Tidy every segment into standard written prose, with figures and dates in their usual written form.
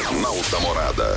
Jornal da Morada.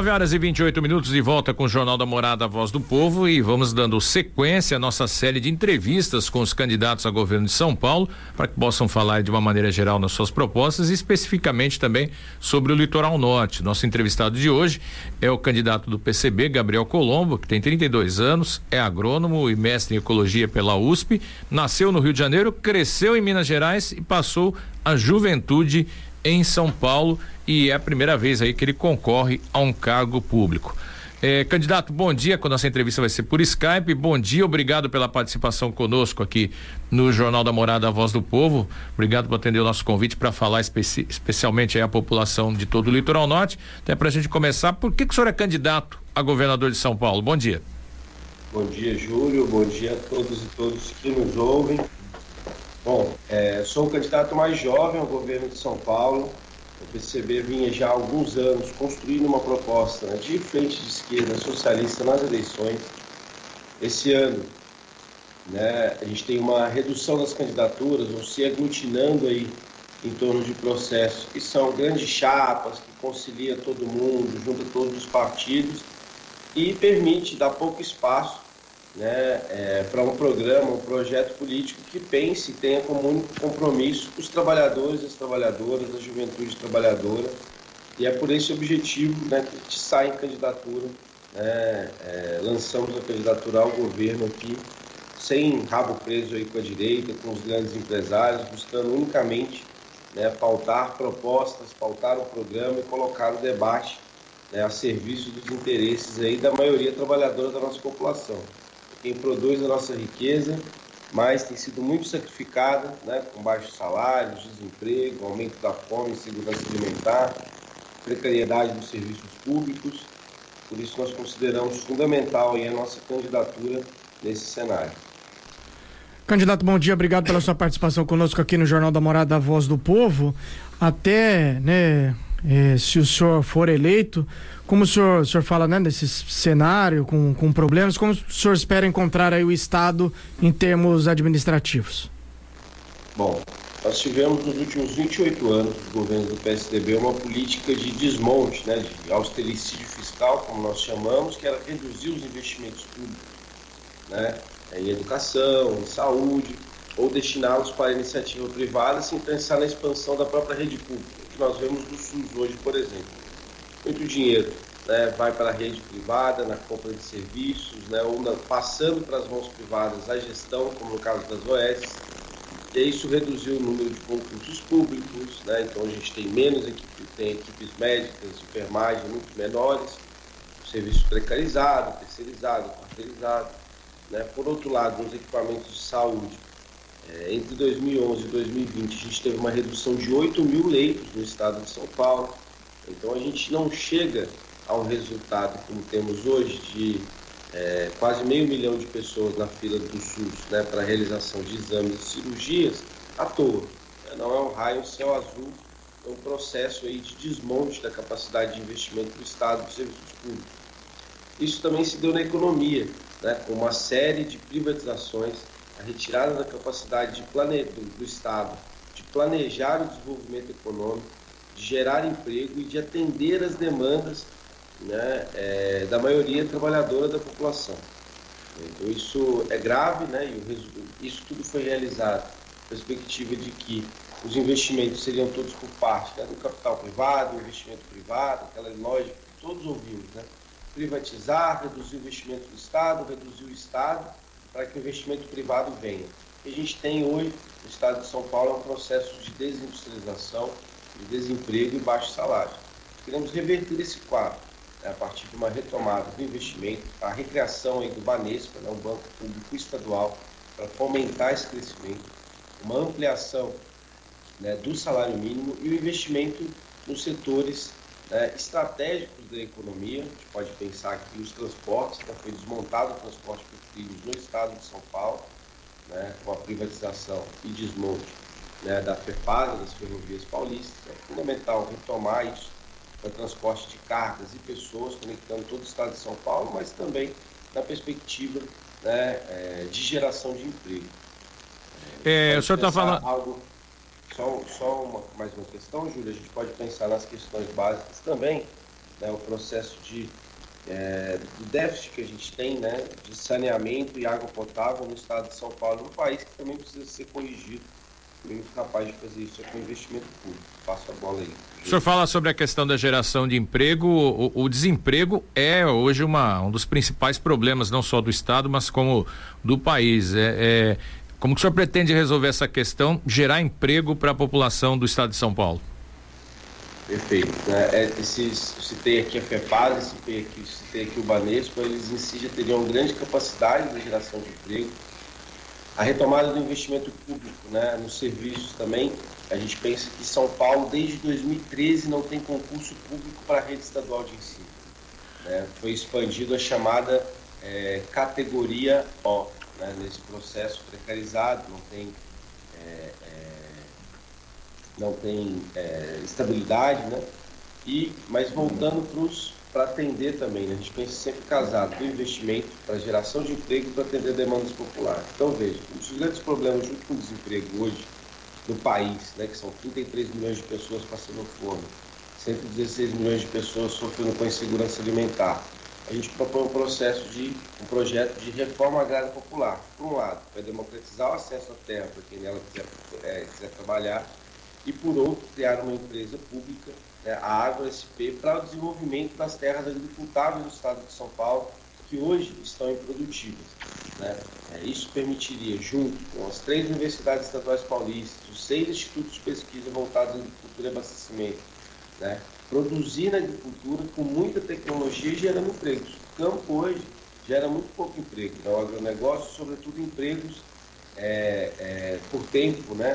9h28, de volta com o Jornal da Morada, a Voz do Povo, e vamos dando sequência à nossa série de entrevistas com os candidatos a governo de São Paulo, para que possam falar de uma maneira geral nas suas propostas e especificamente também sobre o Litoral Norte. Nosso entrevistado de hoje é o candidato do PCB, Gabriel Colombo, que tem 32 anos, é agrônomo e mestre em ecologia pela USP, nasceu no Rio de Janeiro, cresceu em Minas Gerais e passou a juventude em São Paulo, e é a primeira vez aí que ele concorre a um cargo público. Candidato, bom dia, a nossa entrevista vai ser por Skype. Bom dia, obrigado pela participação conosco aqui no Jornal da Morada, a Voz do Povo. Obrigado por atender o nosso convite para falar especialmente aí a população de todo o Litoral Norte. Até pra gente começar, por que o senhor é candidato a governador de São Paulo? Bom dia. Bom dia, Júlio, bom dia a todos e todas que nos ouvem. Bom, sou o candidato mais jovem ao governo de São Paulo. O PCB vinha já há alguns anos construindo uma proposta, né, de frente de esquerda socialista nas eleições. Esse ano, né, a gente tem uma redução das candidaturas, vão se aglutinando aí em torno de processos que são grandes chapas, que concilia todo mundo, junta todos os partidos e permite dar pouco espaço, né, para um programa, um projeto político que pense e tenha como único compromisso os trabalhadores, as trabalhadoras, a juventude trabalhadora. E é por esse objetivo, né, que a gente sai em candidatura, né, lançamos a candidatura ao governo aqui, sem rabo preso aí com a direita, com os grandes empresários, buscando unicamente, né, pautar propostas, pautar o programa e colocar o debate, né, a serviço dos interesses aí da maioria trabalhadora da nossa população. Quem produz a nossa riqueza, mas tem sido muito sacrificada, né, com baixos salários, desemprego, aumento da fome, insegurança alimentar, precariedade dos serviços públicos. Por isso nós consideramos fundamental aí a nossa candidatura nesse cenário. Candidato, bom dia, obrigado pela sua participação conosco aqui no Jornal da Morada, a Voz do Povo. Até, né, se o senhor for eleito, como o senhor fala, né, desse cenário com problemas, como o senhor espera encontrar aí o Estado em termos administrativos? Bom, nós tivemos nos últimos 28 anos do governo do PSDB uma política de desmonte, né, de austericídio fiscal, como nós chamamos, que era reduzir os investimentos públicos, né, em educação, em saúde, ou destiná-los para a iniciativa privada sem pensar na expansão da própria rede pública, que nós vemos no SUS hoje, por exemplo. Muito dinheiro, né, vai para a rede privada, na compra de serviços, né, ou passando para as mãos privadas a gestão, como no caso das OS, e isso reduziu o número de concursos públicos, né, então a gente tem menos equipes médicas, enfermagem muito menores, serviço precarizado, terceirizado, quarteirizado, né. Por outro lado, nos equipamentos de saúde, entre 2011 e 2020 a gente teve uma redução de 8 mil leitos no estado de São Paulo. Então a gente não chega a um resultado como temos hoje de quase 500 mil de pessoas na fila do SUS, né, para a realização de exames e cirurgias à toa. Não é um raio, um céu azul, é um processo aí de desmonte da capacidade de investimento do Estado dos serviços públicos. Isso também se deu na economia, né, com uma série de privatizações, a retirada da capacidade do Estado de planejar o desenvolvimento econômico, de gerar emprego e de atender as demandas, né, da maioria trabalhadora da população. Então isso é grave, né, e isso tudo foi realizado com a perspectiva de que os investimentos seriam todos por parte, né, do capital privado, investimento privado, aquela lógica que todos ouvimos, né, privatizar, reduzir o investimento do Estado, reduzir o Estado para que o investimento privado venha. O que a gente tem hoje no estado de São Paulo é um processo de desindustrialização, de desemprego e baixo salário. Queremos reverter esse quadro, né, a partir de uma retomada do investimento, a recriação aí do Banespa, né, um banco público estadual, para fomentar esse crescimento, uma ampliação, né, do salário mínimo e o investimento nos setores, né, estratégicos da economia. A gente pode pensar aqui os transportes, né, foi desmontado o transporte por trilhos no estado de São Paulo, né, com a privatização e desmonte, né, da FEPASA, das ferrovias paulistas. É fundamental retomar isso para transporte de cargas e pessoas, conectando todo o estado de São Paulo, mas também na perspectiva, né, de geração de emprego. O senhor está falando... mais uma questão, Júlia, a gente pode pensar nas questões básicas também, né, o processo do déficit que a gente tem, né, de saneamento e água potável no estado de São Paulo, um país que também precisa ser corrigido. O único capaz de fazer isso é com investimento público. Passa a bola aí. O senhor fala sobre a questão da geração de emprego. O desemprego é hoje um dos principais problemas, não só do estado, mas como do país. Como que o senhor pretende resolver essa questão, gerar emprego para a população do estado de São Paulo? Perfeito. Citei aqui a FEPAD, citei aqui o Banespa, eles em si já teriam grande capacidade de geração de emprego. A retomada do investimento público, né, nos serviços também, a gente pensa que São Paulo, desde 2013, não tem concurso público para a rede estadual de ensino. Né? Foi expandido a chamada categoria O, né, nesse processo precarizado, não tem estabilidade, né? Mas voltando para atender também, né? A gente pensa sempre casado do investimento para geração de emprego para atender demandas populares. Então, veja, um dos grandes problemas junto com o desemprego hoje no país, né, que são 33 milhões de pessoas passando fome, 116 milhões de pessoas sofrendo com insegurança alimentar. A gente propõe um projeto de reforma agrária popular. Por um lado, vai democratizar o acesso à terra para quem nela quiser trabalhar, e por outro, criar uma empresa pública, né, a AgroSP, para o desenvolvimento das terras agricultáveis do estado de São Paulo, que hoje estão improdutivas. Né? Isso permitiria, junto com as 3 universidades estaduais paulistas, os 6 institutos de pesquisa voltados à agricultura e abastecimento, né, produzir na agricultura com muita tecnologia e gerando empregos. O campo hoje gera muito pouco emprego. Então, o agronegócio, sobretudo empregos por tempo, né,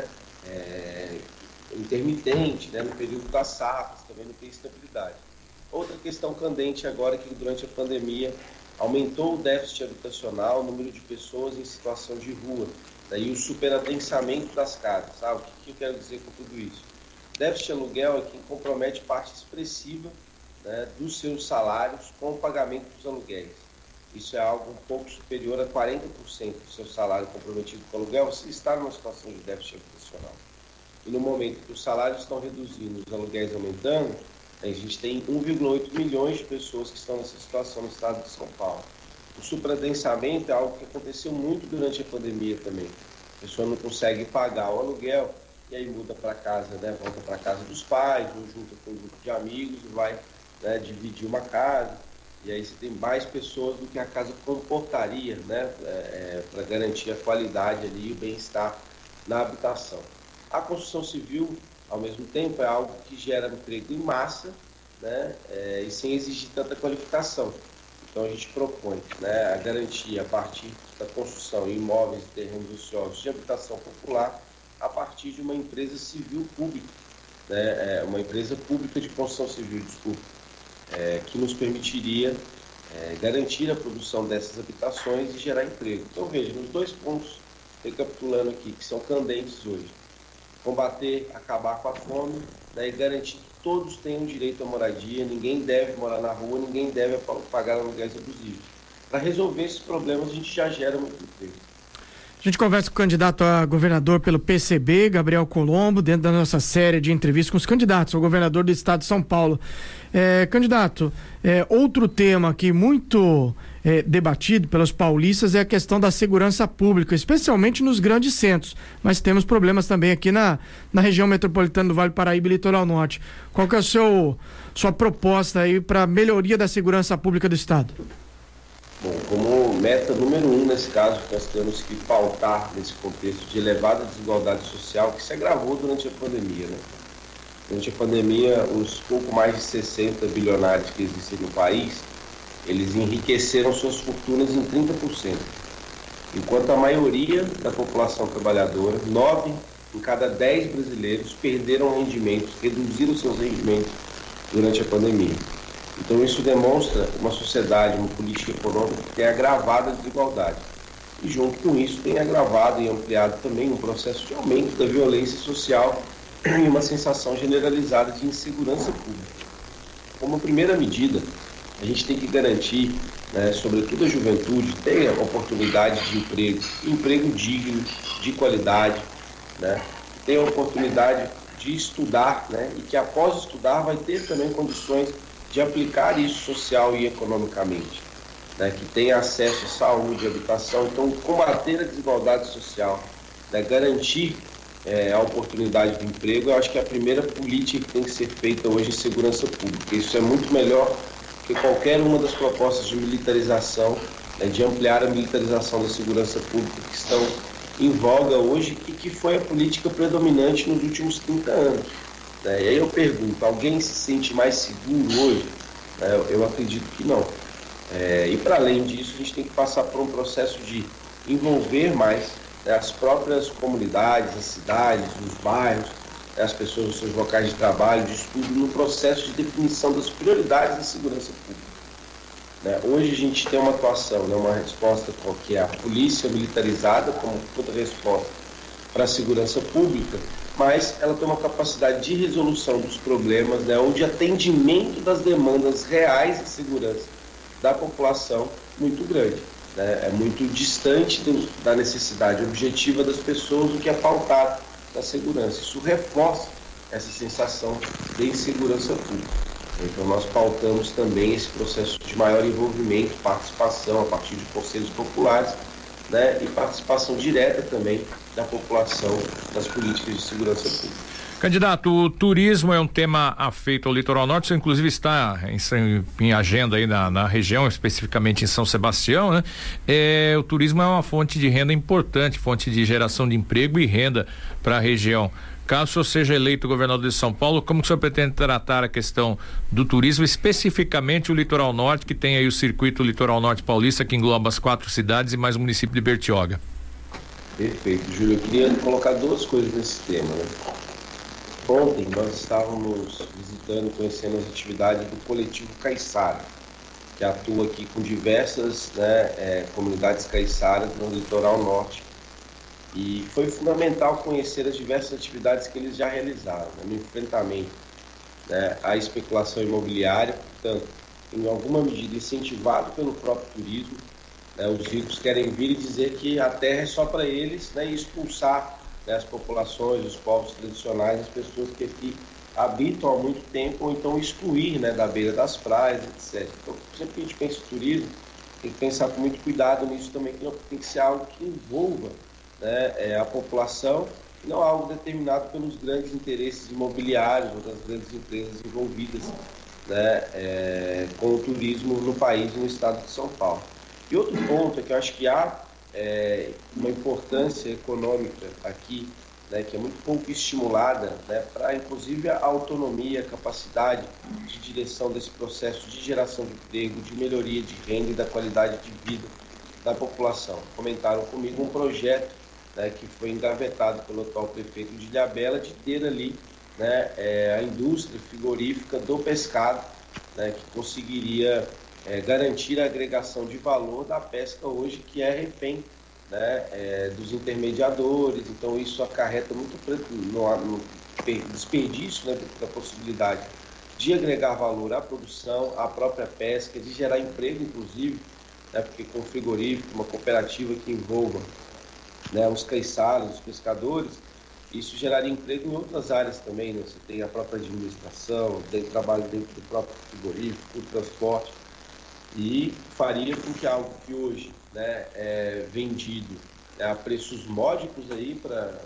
intermitente, né, no período das safras, também não tem estabilidade. Outra questão candente agora, que durante a pandemia aumentou o déficit habitacional, o número de pessoas em situação de rua, daí o superadensamento das casas. O que eu quero dizer com tudo isso? Déficit de aluguel é quem compromete parte expressiva, né, dos seus salários com o pagamento dos aluguéis. Isso é algo um pouco superior a 40% do seu salário comprometido com o aluguel, você está numa situação de déficit habitacional. E no momento que os salários estão reduzindo, os aluguéis aumentando, a gente tem 1,8 milhões de pessoas que estão nessa situação no estado de São Paulo. O superadensamento é algo que aconteceu muito durante a pandemia também. A pessoa não consegue pagar o aluguel e aí muda para casa, né? Volta para casa dos pais, ou junta com um grupo de amigos e vai, né, dividir uma casa. E aí você tem mais pessoas do que a casa comportaria, né, para garantir a qualidade ali e o bem-estar na habitação. A construção civil, ao mesmo tempo, é algo que gera emprego em massa, né, e sem exigir tanta qualificação. Então a gente propõe, né, a garantia a partir da construção em imóveis e terrenos ociosos de habitação popular a partir de uma empresa civil pública, né, uma empresa pública de construção civil, que nos permitiria garantir a produção dessas habitações e gerar emprego. Então veja, nos 2 pontos, recapitulando aqui, que são candentes hoje: combater, acabar com a fome, né, e garantir que todos tenham direito à moradia, ninguém deve morar na rua, ninguém deve pagar aluguéis abusivos. Para resolver esses problemas, a gente já gera muito emprego. A gente conversa com o candidato a governador pelo PCB, Gabriel Colombo, dentro da nossa série de entrevistas com os candidatos ao governador do estado de São Paulo. Candidato, outro tema aqui muito debatido pelos paulistas é a questão da segurança pública, especialmente nos grandes centros, mas temos problemas também aqui na região metropolitana do Vale do Paraíba e Litoral Norte. Qual que é a sua proposta aí para melhoria da segurança pública do estado? Bom, como meta número 1 nesse caso, nós temos que pautar nesse contexto de elevada desigualdade social que se agravou durante a pandemia, né? Durante a pandemia, os pouco mais de 60 bilionários que existem no país, eles enriqueceram suas fortunas em 30%, enquanto a maioria da população trabalhadora, 9 em cada 10 brasileiros, perderam rendimentos, reduziram seus rendimentos durante a pandemia. Então isso demonstra uma sociedade, uma política econômica que tem agravado a desigualdade. E junto com isso tem agravado e ampliado também um processo de aumento da violência social e uma sensação generalizada de insegurança pública. Como primeira medida, a gente tem que garantir, né, sobretudo a juventude, tenha oportunidade de emprego digno, de qualidade, né? tenha a oportunidade de estudar, né, e que após estudar vai ter também condições de aplicar isso social e economicamente, né, que tenha acesso à saúde, à habitação. Então, combater a desigualdade social, né, garantir a oportunidade de emprego, eu acho que é a primeira política que tem que ser feita hoje em segurança pública. Isso é muito melhor que qualquer uma das propostas de militarização, né, de ampliar a militarização da segurança pública que estão em voga hoje e que foi a política predominante nos últimos 30 anos. Né? E aí eu pergunto, alguém se sente mais seguro hoje? Eu acredito que não. E para além disso, a gente tem que passar por um processo de envolver mais, né, as próprias comunidades, as cidades, os bairros, né, as pessoas nos seus locais de trabalho, de estudo, no processo de definição das prioridades da segurança pública. Né? Hoje a gente tem uma atuação, né, uma resposta que é a polícia militarizada, como toda resposta para a segurança pública, mas ela tem uma capacidade de resolução dos problemas, né, ou de atendimento das demandas reais de segurança da população muito grande. Né? É muito distante da necessidade objetiva das pessoas do que é pautado na segurança. Isso reforça essa sensação de insegurança pública. Então nós pautamos também esse processo de maior envolvimento, participação a partir de conselhos populares, né, e participação direta também da população nas políticas de segurança pública. Candidato, o turismo é um tema afeito ao litoral norte, você inclusive está em agenda aí na região, especificamente em São Sebastião, né? O turismo é uma fonte de renda importante, fonte de geração de emprego e renda para a região. Caso o senhor seja eleito governador de São Paulo, como que o senhor pretende tratar a questão do turismo, especificamente o litoral norte, que tem aí o circuito Litoral Norte Paulista, que engloba as 4 cidades e mais o município de Bertioga? Perfeito, Júlio. Eu queria colocar 2 coisas nesse tema, né? Ontem nós estávamos visitando, conhecendo as atividades do coletivo Caiçara, que atua aqui com diversas, né, comunidades caiçaras no litoral norte. E foi fundamental conhecer as diversas atividades que eles já realizaram, né, no enfrentamento, né, à especulação imobiliária, portanto, em alguma medida incentivado pelo próprio turismo. Né, os ricos querem vir e dizer que a terra é só para eles, né, e expulsar, né, as populações, os povos tradicionais, as pessoas que aqui habitam há muito tempo, ou então excluir, né, da beira das praias, etc. Então, sempre que a gente pensa em turismo, tem que pensar com muito cuidado nisso também, que não tem que ser algo que envolva, né, a população, e não algo determinado pelos grandes interesses imobiliários ou das grandes empresas envolvidas, né, com o turismo no país e no estado de São Paulo. E outro ponto é que eu acho que há uma importância econômica aqui, né, que é muito pouco estimulada, né, para inclusive a autonomia, a capacidade de direção desse processo de geração de emprego, de melhoria de renda e da qualidade de vida da população. Comentaram comigo um projeto, né, que foi engavetado pelo atual prefeito de Ilhabela, de ter ali, né, a indústria frigorífica do pescado, né, que conseguiria garantir a agregação de valor da pesca hoje, que é refém, né, dos intermediadores. Então isso acarreta muito no desperdício, né, da possibilidade de agregar valor à produção, à própria pesca, de gerar emprego inclusive, né, porque com frigorífico, uma cooperativa que envolva, né, os caiçaras, os pescadores, isso geraria emprego em outras áreas também, né? Você tem a própria administração, tem trabalho dentro do próprio frigorífico, o transporte, e faria com que algo que hoje, né, é vendido, né, a preços módicos aí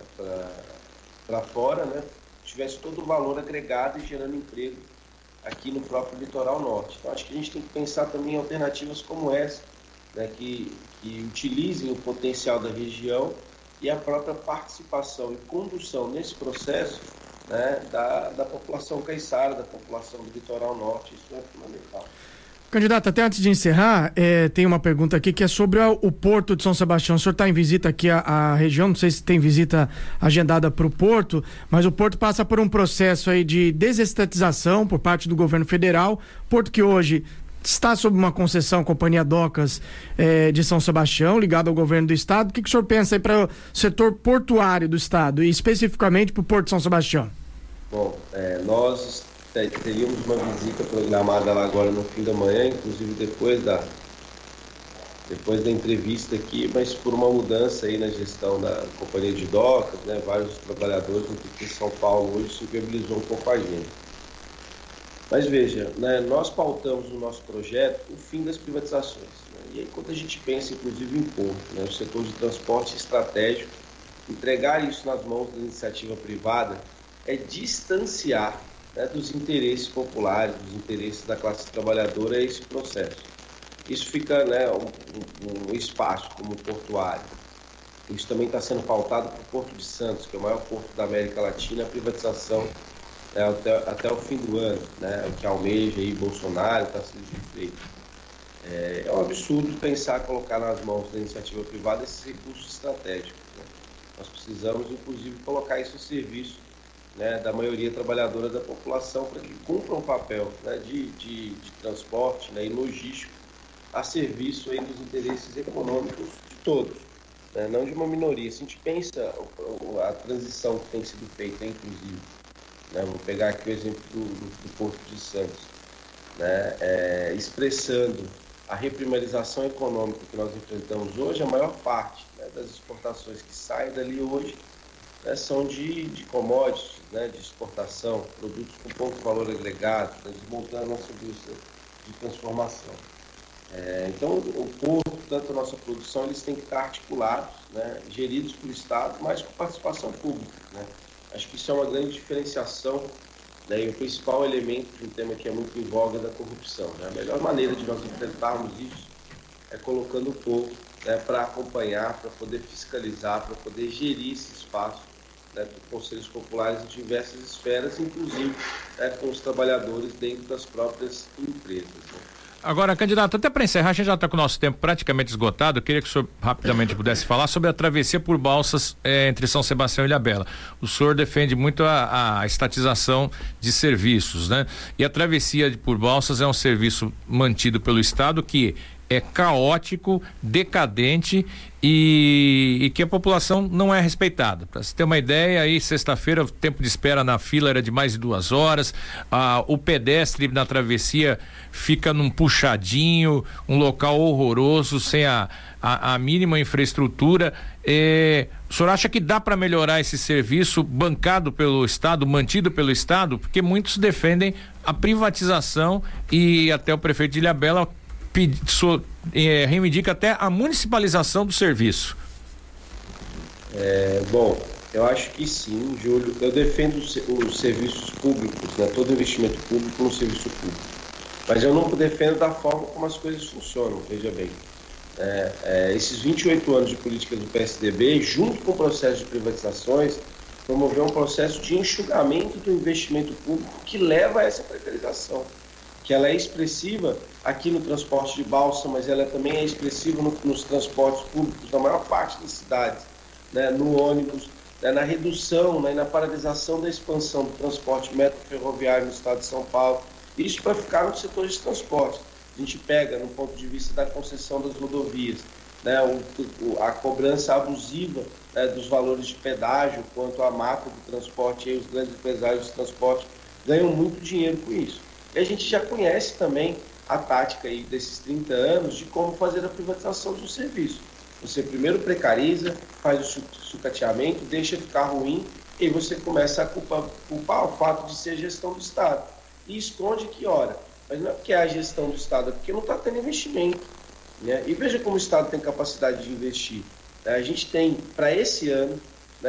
para fora, né, tivesse todo o valor agregado e gerando emprego aqui no próprio litoral norte. Então acho que a gente tem que pensar também em alternativas como essa, né, que utilizem o potencial da região e a própria participação e condução nesse processo, né, da população caiçara, da população do litoral norte. Isso é fundamental. Candidato, até antes de encerrar, tem uma pergunta aqui que é sobre o Porto de São Sebastião. O senhor está em visita aqui à região, não sei se tem visita agendada para o Porto, mas o Porto passa por um processo aí de desestatização por parte do governo federal. Porto que hoje está sob uma concessão, Companhia Docas de São Sebastião, ligado ao governo do estado. O que o senhor pensa aí para o setor portuário do estado e especificamente para o Porto de São Sebastião? Bom, nós teríamos uma visita programada lá agora no fim da manhã, inclusive depois depois da entrevista aqui, mas por uma mudança aí na gestão da companhia de docas, né, vários trabalhadores aqui em São Paulo hoje se viabilizou um pouco a agenda. Mas veja, né, nós pautamos no nosso projeto o fim das privatizações. Né, e aí quando a gente pensa inclusive em porto, né, o setor de transporte estratégico, entregar isso nas mãos da iniciativa privada é distanciar, né, dos interesses populares, dos interesses da classe trabalhadora esse processo. Isso fica, né, um espaço como o portuário. Isso também está sendo pautado para o Porto de Santos, que é o maior porto da América Latina, a privatização, né, até o fim do ano, né, o que almeja aí Bolsonaro está sendo feito. É um absurdo pensar colocar nas mãos da iniciativa privada esses recursos estratégicos. Né? Nós precisamos, inclusive, colocar isso a serviço, né, da maioria trabalhadora da população para que cumpra um papel, né, de transporte, né, e logístico a serviço aí dos interesses econômicos de todos, né, não de uma minoria. Se a gente pensa a transição que tem sido feita, inclusive, né, vou pegar aqui o exemplo do Porto de Santos, né, expressando a reprimarização econômica que nós enfrentamos hoje, a maior parte, né, das exportações que saem dali hoje, né, são de commodities, né, de exportação, produtos com pouco valor agregado, né, desmontando a nossa indústria de transformação. Então, o porto, tanto a nossa produção, eles têm que estar articulados, né, geridos pelo Estado, mas com participação pública. Né? Acho que isso é uma grande diferenciação, né, e o principal elemento de um tema que é muito em voga da corrupção. Né? A melhor maneira de nós enfrentarmos isso é colocando o povo, né, para acompanhar, para poder fiscalizar, para poder gerir esse espaço, né, dos conselhos populares em diversas esferas, inclusive, né, com os trabalhadores dentro das próprias empresas. Né? Agora, candidato, até para encerrar, a gente já está com o nosso tempo praticamente esgotado. Eu queria que o senhor rapidamente pudesse falar sobre a travessia por balsas entre São Sebastião e Ilhabela. O senhor defende muito a estatização de serviços, né? E a travessia por balsas é um serviço mantido pelo Estado que é caótico, decadente e que a população não é respeitada. Para você ter uma ideia, aí sexta-feira o tempo de espera na fila era de mais de 2 horas, o pedestre na travessia fica num puxadinho, um local horroroso, sem a mínima infraestrutura. O senhor acha que dá para melhorar esse serviço bancado pelo Estado, mantido pelo Estado? Porque muitos defendem a privatização e até o prefeito de Ilhabela reivindica até a municipalização do serviço. Bom, eu acho que sim, Júlio. Eu defendo os serviços públicos, né, todo investimento público no serviço público. Mas eu não defendo da forma como as coisas funcionam, veja bem. Esses 28 anos de política do PSDB, junto com o processo de privatizações, promoveu um processo de enxugamento do investimento público que leva a essa precarização. Que ela é expressiva aqui no transporte de balsa, mas ela também é expressiva nos transportes públicos da maior parte das cidades, né, no ônibus, né, na redução, né, na paralisação da expansão do transporte metro-ferroviário no estado de São Paulo. Isso para ficar no setor de transporte. A gente pega no ponto de vista da concessão das rodovias, né, a cobrança abusiva, né, dos valores de pedágio, quanto a máfia do transporte, e os grandes empresários de transporte ganham muito dinheiro com isso. E a gente já conhece também a tática aí desses 30 anos de como fazer a privatização de um serviço. Você primeiro precariza, faz o sucateamento, deixa ficar ruim, e aí você começa a culpar o fato de ser gestão do Estado. E esconde que, ora, mas não é porque é a gestão do Estado, é porque não está tendo investimento. Né? E veja como o Estado tem capacidade de investir. A gente tem, para esse ano,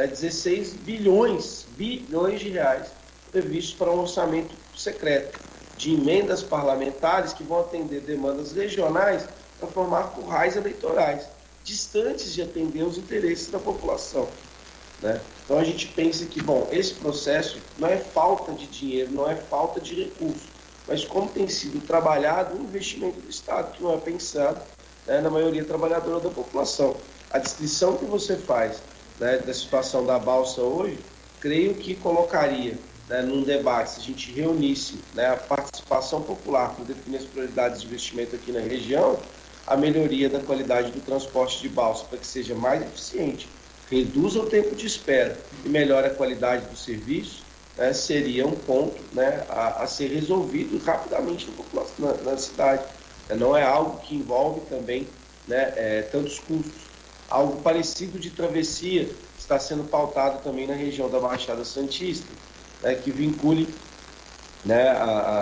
16 bilhões de reais previstos para um orçamento secreto de emendas parlamentares que vão atender demandas regionais para formar currais eleitorais, distantes de atender os interesses da população. Né? Então a gente pensa que, bom, esse processo não é falta de dinheiro, não é falta de recursos, mas como tem sido trabalhado o investimento do Estado, que não é pensado, né, na maioria trabalhadora da população. A descrição que você faz, né, da situação da balsa hoje, creio que colocaria, né, num debate, se a gente reunisse, né, a participação popular para definir as prioridades de investimento aqui na região, a melhoria da qualidade do transporte de balsa para que seja mais eficiente, reduza o tempo de espera e melhore a qualidade do serviço, né, seria um ponto, né, a ser resolvido rapidamente na cidade. Não é algo que envolve também né, tantos custos. Algo parecido de travessia está sendo pautado também na região da Baixada Santista, né, que vincule, né,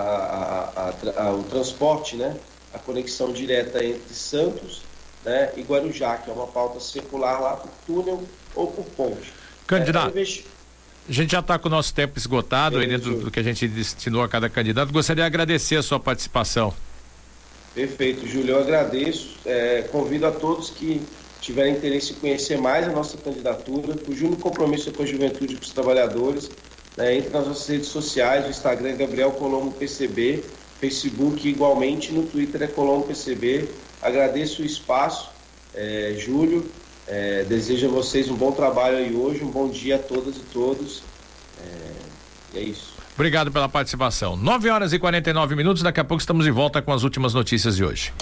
o transporte, né, a conexão direta entre Santos, né, e Guarujá, que é uma pauta circular lá por túnel ou por ponte. Candidato, a gente já está com o nosso tempo esgotado aí dentro do que a gente destinou a cada candidato. Gostaria de agradecer a sua participação. Perfeito, Júlio, eu agradeço. Convido a todos que tiverem interesse em conhecer mais a nossa candidatura, cujo único compromisso é com a juventude e com os trabalhadores. Entre nas nossas redes sociais, o Instagram é Gabriel Colombo PCB, Facebook igualmente, no Twitter é Colombo PCB. Agradeço o espaço, Júlio. Desejo a vocês um bom trabalho aí hoje, um bom dia a todas e todos. É isso. Obrigado pela participação. 9h49, daqui a pouco estamos de volta com as últimas notícias de hoje.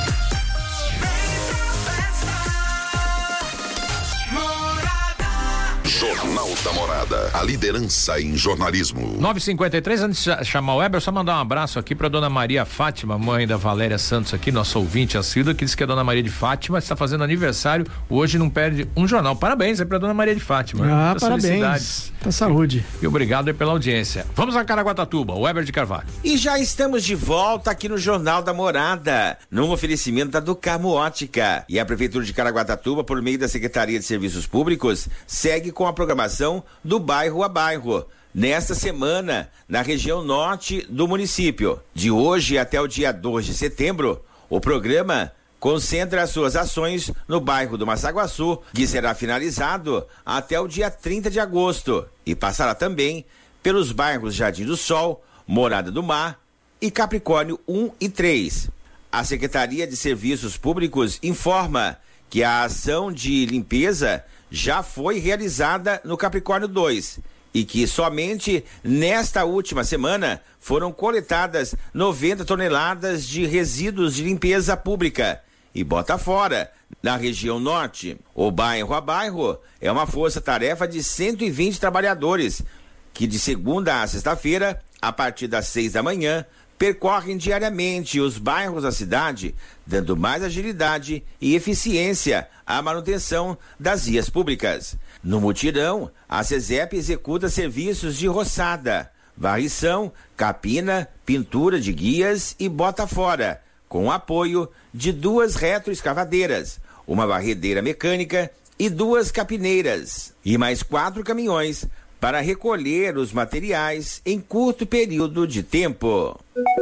Jornal da Morada, a liderança em jornalismo. 9h53, antes de chamar o Weber, só mandar um abraço aqui para dona Maria Fátima, mãe da Valéria Santos aqui, nossa ouvinte assídua, que diz que a dona Maria de Fátima está fazendo aniversário, hoje não perde um jornal. Parabéns aí para dona Maria de Fátima. Parabéns. Tá saúde. E obrigado aí pela audiência. Vamos a Caraguatatuba, o Weber de Carvalho. E já estamos de volta aqui no Jornal da Morada, num oferecimento da Ducarmo Ótica. E a Prefeitura de Caraguatatuba, por meio da Secretaria de Serviços Públicos, segue com a programação do Bairro a Bairro. Nesta semana, na região norte do município. De hoje até o dia 2 de setembro, o programa concentra as suas ações no bairro do Massaguaçu, que será finalizado até o dia 30 de agosto e passará também pelos bairros Jardim do Sol, Morada do Mar e Capricórnio 1 e 3. A Secretaria de Serviços Públicos informa que a ação de limpeza já foi realizada no Capricórnio 2 e que somente nesta última semana foram coletadas 90 toneladas de resíduos de limpeza pública e bota fora, na região norte. O Bairro a Bairro é uma força-tarefa de 120 trabalhadores que de segunda a sexta-feira, a partir das 6 da manhã, percorrem diariamente os bairros da cidade, dando mais agilidade e eficiência à manutenção das vias públicas. No mutirão, a SESEP executa serviços de roçada, varrição, capina, pintura de guias e bota fora, com o apoio de 2 retroescavadeiras, uma varredeira mecânica e 2 capineiras, e mais 4 caminhões para recolher os materiais em curto período de tempo.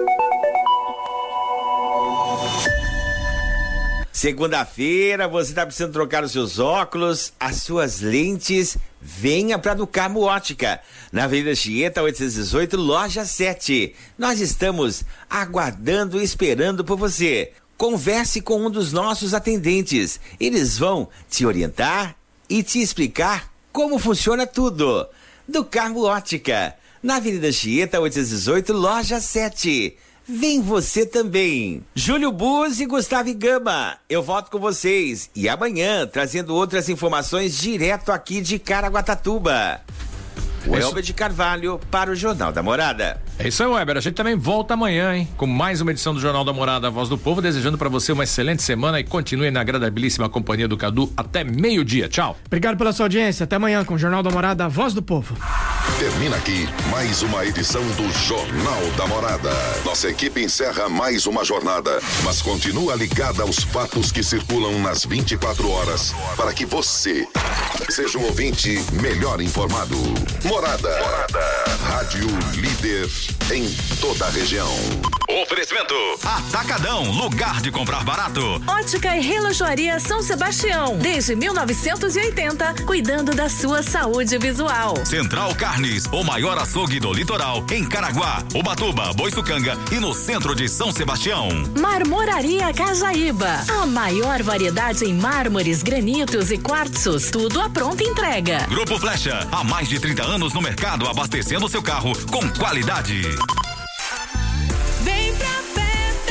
Segunda-feira, você está precisando trocar os seus óculos, as suas lentes, venha para Ducarmo Ótica, na Avenida Chieta 818, loja 7. Nós estamos aguardando e esperando por você. Converse com um dos nossos atendentes, eles vão te orientar e te explicar como funciona tudo. Ducarmo Ótica, na Avenida Chieta 818, loja 7. Vem você também. Júlio Buzzi e Gustavo Gama, eu volto com vocês e amanhã trazendo outras informações direto aqui de Caraguatatuba. O Elber de Carvalho para o Jornal da Morada. É isso aí, Weber. A gente também volta amanhã, hein? Com mais uma edição do Jornal da Morada, a Voz do Povo, desejando para você uma excelente semana e continue na agradabilíssima companhia do Cadu até meio-dia. Tchau. Obrigado pela sua audiência. Até amanhã com o Jornal da Morada, a Voz do Povo. Termina aqui mais uma edição do Jornal da Morada. Nossa equipe encerra mais uma jornada, mas continua ligada aos fatos que circulam nas 24 horas para que você seja um ouvinte melhor informado. Morada. Rádio líder em toda a região. Oferecimento Atacadão, lugar de comprar barato. Ótica e Relojoaria São Sebastião, desde 1980, cuidando da sua saúde visual. Central Carnes, o maior açougue do litoral, em Caraguá, Ubatuba, Boiçucanga e no centro de São Sebastião. Marmoraria Cajaíba, a maior variedade em mármores, granitos e quartzos, tudo à pronta entrega. Grupo Flecha, há mais de 30 anos no mercado, abastecendo seu carro com qualidade. Vem pra festa,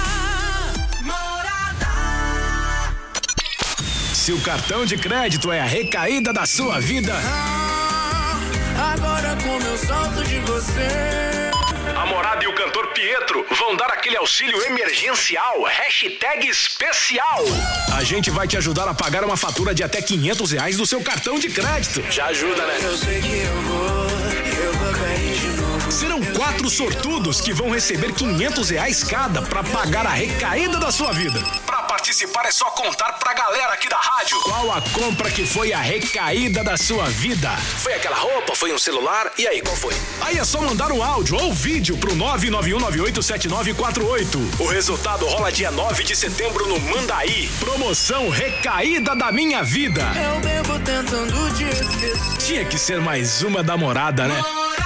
Morada. Seu cartão de crédito é a recaída da sua vida. Agora como eu solto de você. A Morada e o cantor Pietro vão dar aquele auxílio emergencial, #especial. A gente vai te ajudar a pagar uma fatura de até R$500 do seu cartão de crédito. Já ajuda, né? Eu sei que eu vou cair de novo. Serão 4 sortudos que vão receber R$500 cada pra pagar a recaída da sua vida. Pra participar é só contar pra galera aqui da rádio qual a compra que foi a recaída da sua vida. Foi aquela roupa, foi um celular, e aí, qual foi? Aí é só mandar um áudio ou vídeo pro 991987948. O resultado rola dia 9 de setembro no Mandaí. Promoção Recaída da Minha Vida. Eu bebo tentando te esquecer. Tinha que ser mais uma da Morada, né?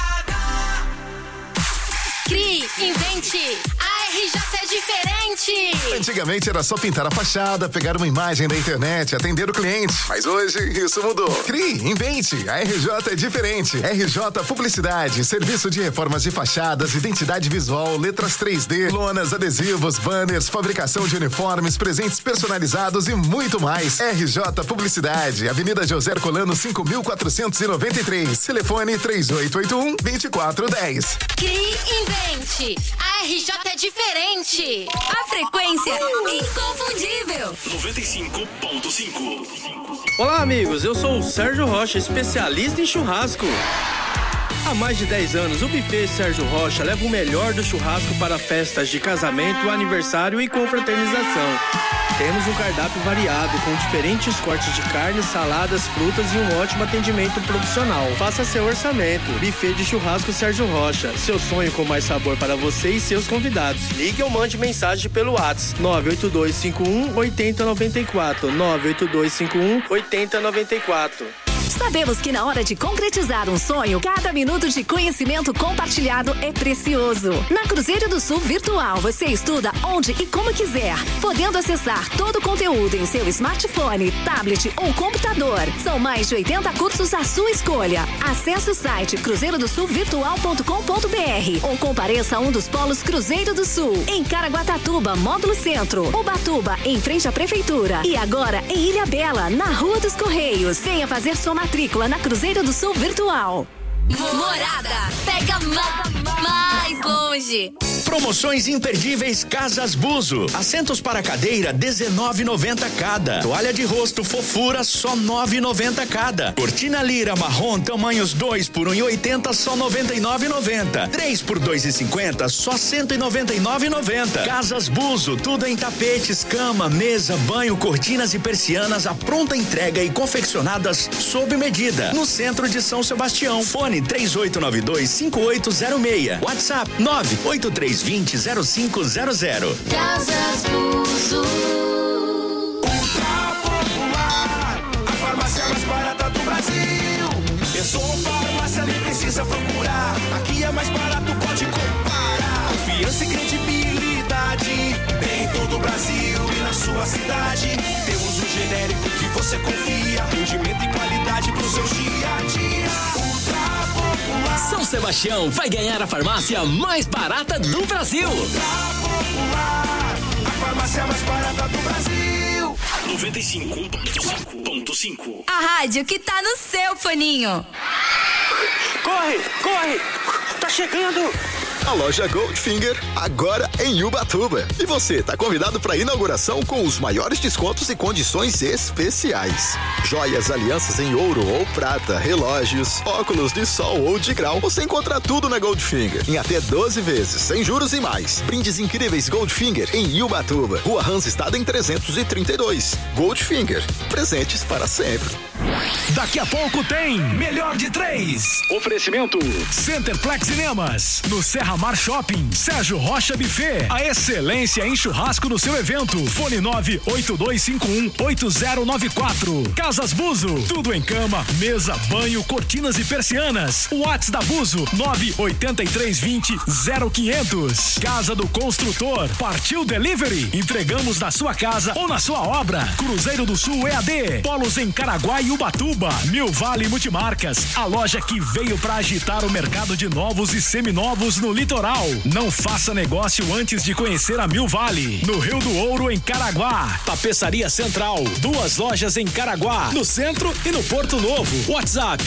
Crie, invente, a RJ é diferente. Antigamente era só pintar a fachada, pegar uma imagem da internet, atender o cliente. Mas hoje isso mudou. Crie, invente, a RJ é diferente. RJ Publicidade, serviço de reformas de fachadas, identidade visual, letras 3D, lonas, adesivos, banners, fabricação de uniformes, presentes personalizados e muito mais. RJ Publicidade, Avenida José Herculano 5493. Telefone 3881-2410. Crie, invente, a RJ é diferente. A frequência inconfundível. 95.5. Olá, amigos. Eu sou o Sérgio Rocha, especialista em churrasco. Há mais de 10 anos, o buffet Sérgio Rocha leva o melhor do churrasco para festas de casamento, aniversário e confraternização. Temos um cardápio variado, com diferentes cortes de carne, saladas, frutas e um ótimo atendimento profissional. Faça seu orçamento. Buffet de churrasco Sérgio Rocha. Seu sonho com mais sabor para você e seus convidados. Ligue ou mande mensagem pelo WhatsApp 98251-8094. 98251-8094. Sabemos que na hora de concretizar um sonho, cada minuto de conhecimento compartilhado é precioso. Na Cruzeiro do Sul Virtual, você estuda onde e como quiser, podendo acessar todo o conteúdo em seu smartphone, tablet ou computador. São mais de 80 cursos à sua escolha. Acesse o site cruzeirodosulvirtual.com.br ou compareça a um dos polos Cruzeiro do Sul, em Caraguatatuba, Módulo Centro, Ubatuba, em frente à Prefeitura, e agora em Ilhabela, na Rua dos Correios. Venha fazer sua matrícula na Cruzeiro do Sul Virtual. Morada, pega mais longe. Promoções imperdíveis Casas Buzo. Assentos para cadeira, R$19,90 cada. Toalha de rosto Fofura, só R$9,90 cada. Cortina Lira marrom, tamanhos 2 por 1,80, só R$99,90. 3 por 2,50, só R$199,90. Casas Buzo, tudo em tapetes, cama, mesa, banho, cortinas e persianas à pronta entrega e confeccionadas sob medida. No centro de São Sebastião. Fone 3892-5806. WhatsApp 98320-0500. Casas Buzo. Ultra Popular, a farmácia mais barata do Brasil. Pensou farmácia, nem precisa procurar. Aqui é mais barato, pode comparar. Confiança e credibilidade tem em todo o Brasil e na sua cidade. Temos um genérico que você confia, rendimento e qualidade pro seu dia a dia. São Sebastião vai ganhar a farmácia mais barata do Brasil. Popular, a farmácia mais barata do Brasil. 95.5. A rádio que tá no seu foninho. Corre, corre, tá chegando. A loja Goldfinger, agora em Ubatuba. E você tá convidado para a inauguração com os maiores descontos e condições especiais. Joias, alianças em ouro ou prata, relógios, óculos de sol ou de grau. Você encontra tudo na Goldfinger em até 12 vezes, sem juros e mais. Brindes incríveis Goldfinger em Ubatuba. Rua Hansestad em 332. Goldfinger, presentes para sempre. Daqui a pouco tem Melhor de 3. Oferecimento Centerplex Cinemas. No Serra Mar Shopping. Sérgio Rocha Buffet. A excelência em churrasco no seu evento. Fone 98251-8094. Casas Buzo. Tudo em cama, mesa, banho, cortinas e persianas. O WhatsApp da Buzo 98320-0500. Casa do Construtor. Partiu Delivery. Entregamos na sua casa ou na sua obra. Cruzeiro do Sul EAD. Polos em Caraguá e Ubatuba. Mil Vale Multimarcas. A loja que veio para agitar o mercado de novos e seminovos no litoral litoral. Não faça negócio antes de conhecer a Mil Vale. No Rio do Ouro, em Caraguá. Tapeçaria Central. 2 lojas em Caraguá, no centro e no Porto Novo. WhatsApp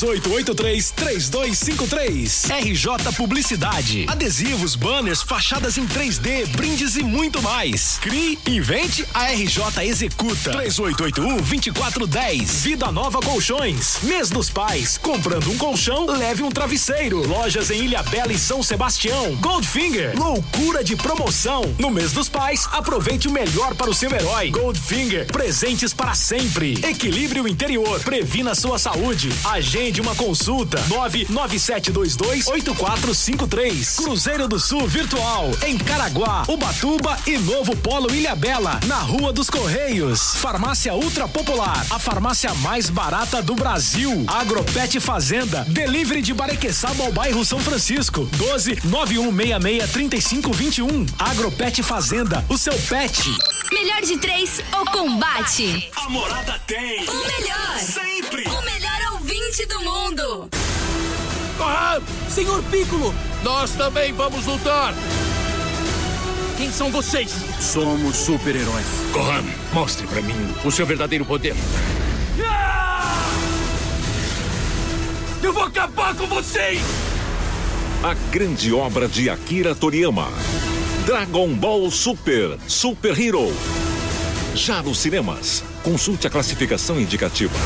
3883-3253. RJ Publicidade. Adesivos, banners, fachadas em 3D, brindes e muito mais. Crie, invente, a RJ executa. 3881-2410. Vida Nova Colchões. Mês dos Pais. Comprando um colchão, leve um travesseiro. Lojas em Ilhabela e São Sebastião. Goldfinger. Loucura de promoção. No mês dos pais, aproveite o melhor para o seu herói. Goldfinger. Presentes para sempre. Equilíbrio Interior. Previna sua saúde. Agende uma consulta. 99722-8453. Cruzeiro do Sul Virtual. Em Caraguá, Ubatuba e Novo Polo Ilhabela. Na Rua dos Correios. Farmácia Ultra Popular. A farmácia mais barata do Brasil. Agropet Fazenda. Delivery de Barequeçaba ao bairro São Francisco. 12-9166-3521. Agropet Fazenda. O seu pet. Melhor de 3 ou combate? A Morada tem. O melhor. Sempre. O melhor ouvinte do mundo. Ah, senhor Piccolo, nós também vamos lutar. Quem são vocês? Somos super-heróis. Gohan, mostre pra mim o seu verdadeiro poder. Eu vou acabar com vocês! A grande obra de Akira Toriyama. Dragon Ball Super, Super Hero. Já nos cinemas. Consulte a classificação indicativa.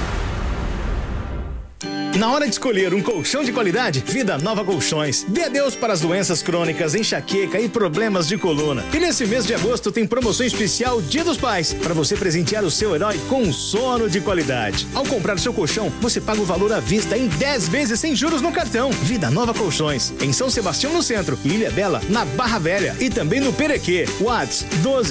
Na hora de escolher um colchão de qualidade, Vida Nova Colchões. Dê adeus para as doenças crônicas, enxaqueca e problemas de coluna. E nesse mês de agosto tem promoção especial Dia dos Pais, para você presentear o seu herói com um sono de qualidade. Ao comprar seu colchão, você paga o valor à vista em 10 vezes sem juros no cartão. Vida Nova Colchões, em São Sebastião no centro, e Ilhabela na Barra Velha e também no Perequê. WhatsApp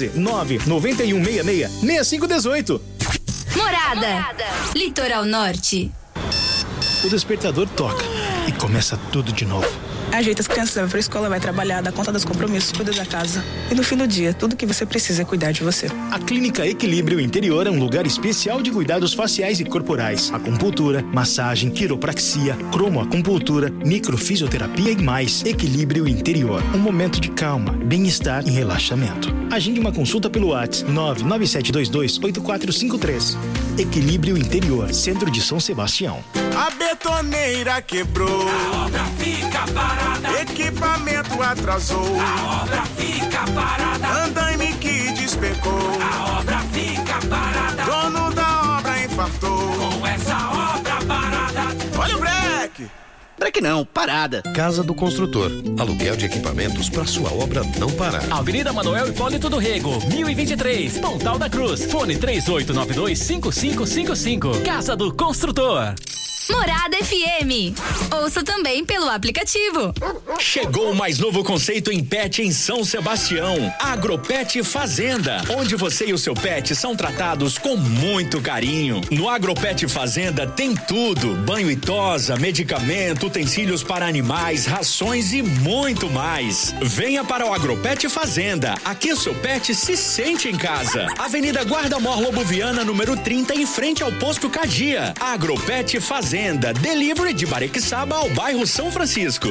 12-99166-6518. Morada. Litoral Norte. O despertador toca e começa tudo de novo. Ajeita as crianças, leva pra escola, vai trabalhar, dá conta dos compromissos, cuida da casa. E no fim do dia, tudo que você precisa é cuidar de você. A Clínica Equilíbrio Interior é um lugar especial de cuidados faciais e corporais. Acupuntura, massagem, quiropraxia, cromoacupuntura, microfisioterapia e mais. Equilíbrio Interior. Um momento de calma, bem-estar e relaxamento. Agende uma consulta pelo WhatsApp 99722-8453. Equilíbrio Interior, Centro de São Sebastião. A betoneira quebrou. A obra fica parada. Equipamento atrasou. A obra fica parada. Andaime que despecou. A obra fica parada. Dono da obra infartou. Com essa obra parada. Olha o breque. Breque não, parada. Casa do Construtor. Aluguel de equipamentos para sua obra não parar. Avenida Manuel Hipólito do Rego, 1023, Pontal da Cruz. Fone 3892-5555. Casa do Construtor. Morada FM. Ouça também pelo aplicativo. Chegou o mais novo conceito em pet em São Sebastião. Agropet Fazenda, onde você e o seu pet são tratados com muito carinho. No Agropet Fazenda tem tudo: banho e tosa, medicamento, utensílios para animais, rações e muito mais. Venha para o Agropet Fazenda. Aqui o seu pet se sente em casa. Avenida Guarda-Mor Lobo Viana, número 30, em frente ao posto Cadia. Agropet Fazenda. Delivery de Barequeçaba ao bairro São Francisco.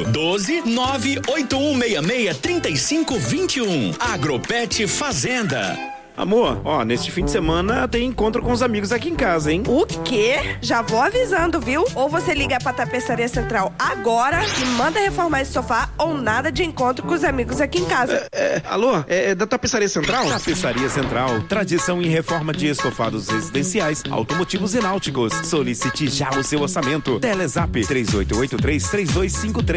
12-98166-3521. Agropet Fazenda. Amor, ó, neste fim de semana tem encontro com os amigos aqui em casa, hein? O quê? Já vou avisando, viu? Ou você liga pra Tapeçaria Central agora e manda reformar esse sofá, ou nada de encontro com os amigos aqui em casa. Alô? É da Tapeçaria Central? Tapeçaria Central, tradição em reforma de estofados residenciais, automotivos e náuticos. Solicite já o seu orçamento. Telezap 3883-3253.